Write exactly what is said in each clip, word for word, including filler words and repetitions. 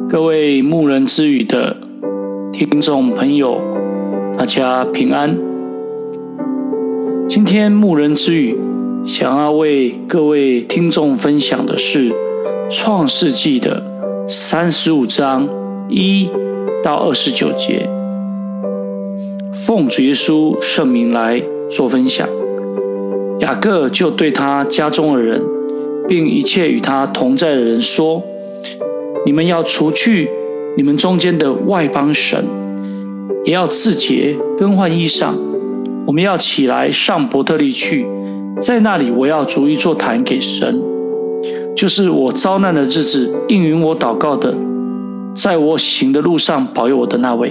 各位牧人之语的听众朋友，大家平安。今天牧人之语想要为各位听众分享的是创世纪的三十五章一到二十九节，奉主耶稣圣名来做分享。雅各就对他家中的人并一切与他同在的人说，你们要除去你们中间的外邦神，也要自洁，更换衣裳。我们要起来上伯特利去，在那里我要筑一座坛给神，就是我遭难的日子应允我祷告的，在我行的路上保佑我的那位。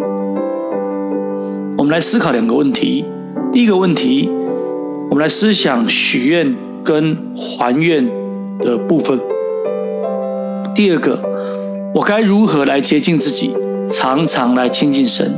我们来思考两个问题。第一个问题，我们来思想许愿跟还愿的部分。第二个，我该如何来洁净自己，常常来亲近神。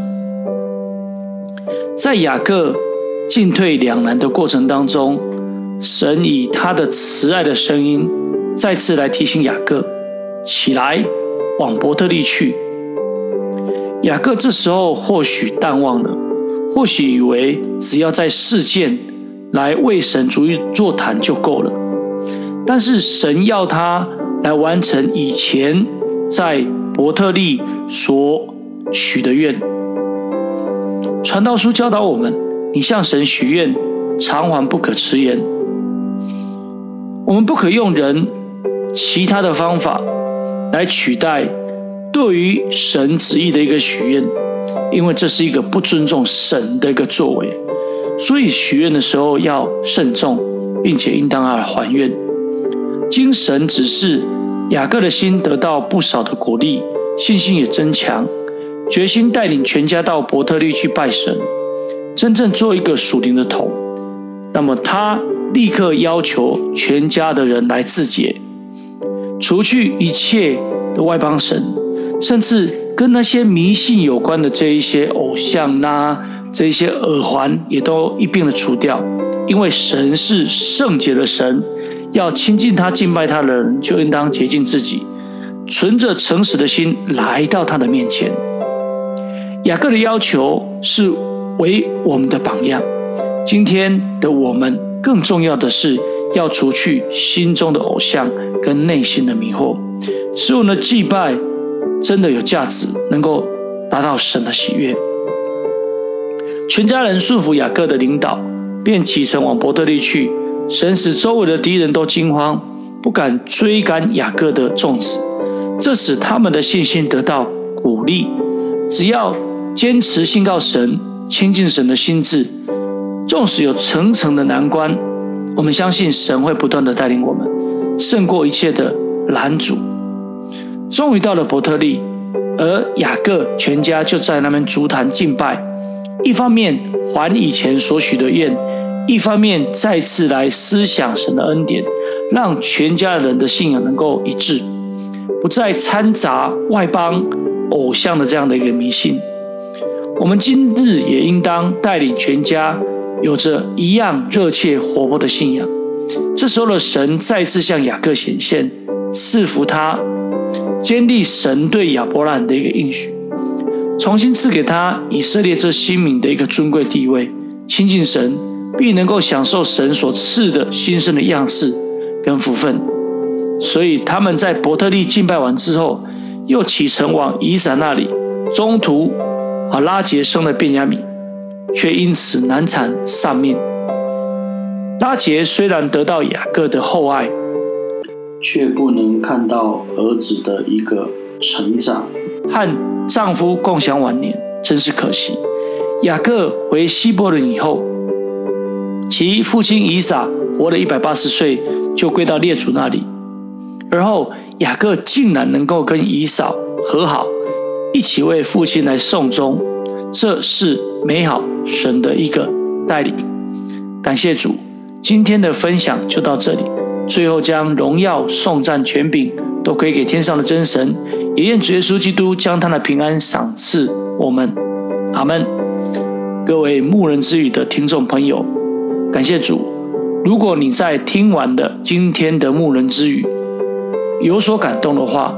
在雅各进退两难的过程当中，神以他的慈爱的声音再次来提醒雅各，起来往伯特利去。雅各这时候或许淡忘了，或许以为只要在事件来为神筑一座坛就够了，但是神要他来完成以前在伯特利所许的愿。传道书教导我们，你向神许愿，偿还不可迟延。我们不可用人其他的方法来取代对于神旨意的一个许愿，因为这是一个不尊重神的一个作为。所以许愿的时候要慎重，并且应当来还愿。经神指示，雅各的心得到不少的鼓励，信心也增强，决心带领全家到伯特利去拜神，真正做一个属灵的头。那么他立刻要求全家的人来自洁，除去一切的外邦神，甚至跟那些迷信有关的这一些偶像啦，这一些耳环也都一并的除掉。因为神是圣洁的神，要亲近他敬拜他的人就应当洁净自己，存着诚实的心来到他的面前。雅各的要求是为我们的榜样，今天的我们更重要的是要除去心中的偶像跟内心的迷惑，使我们的祭拜真的有价值，能够达到神的喜悦。全家人顺服雅各的领导，便启程往伯特利去。神使周围的敌人都惊慌，不敢追赶雅各的众子，这使他们的信心得到鼓励。只要坚持信靠神，亲近神的心志，纵使有层层的难关，我们相信神会不断的带领我们，胜过一切的拦阻。终于到了伯特利，而雅各全家就在那边筑坛敬拜，一方面还以前所许的愿，一方面再次来思想神的恩典，让全家人的信仰能够一致，不再掺杂外邦偶像的这样的一个迷信。我们今日也应当带领全家有着一样热切活泼的信仰。这时候的神再次向雅各显现，赐福他，坚立神对亚伯兰的一个应许，重新赐给他以色列这新民的一个尊贵地位。亲近神必能够享受神所赐的新生的样式跟福分。所以他们在伯特利敬拜完之后，又启程往以撒那里，中途啊拉结生了便雅悯，却因此难产丧命。拉结虽然得到雅各的厚爱，却不能看到儿子的一个成长，和丈夫共享晚年，真是可惜。雅各回希伯伦以后，其父亲以撒活了一百八十岁，就归到列祖那里。而后雅各竟然能够跟以扫和好，一起为父亲来送终，这是美好神的一个带领。感谢主，今天的分享就到这里。最后将荣耀、颂赞、权柄都归给天上的真神，也愿主耶稣基督将他的平安赏赐我们。阿们。各位牧人之语的听众朋友，感谢主。如果你在听完的今天的牧人之语有所感动的话，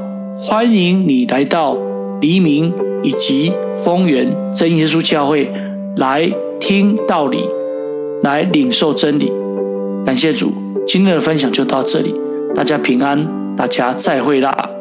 欢迎你来到黎明以及丰原真耶稣教会来听道理，来领受真理。感谢主，今天的分享就到这里，大家平安，大家再会啦。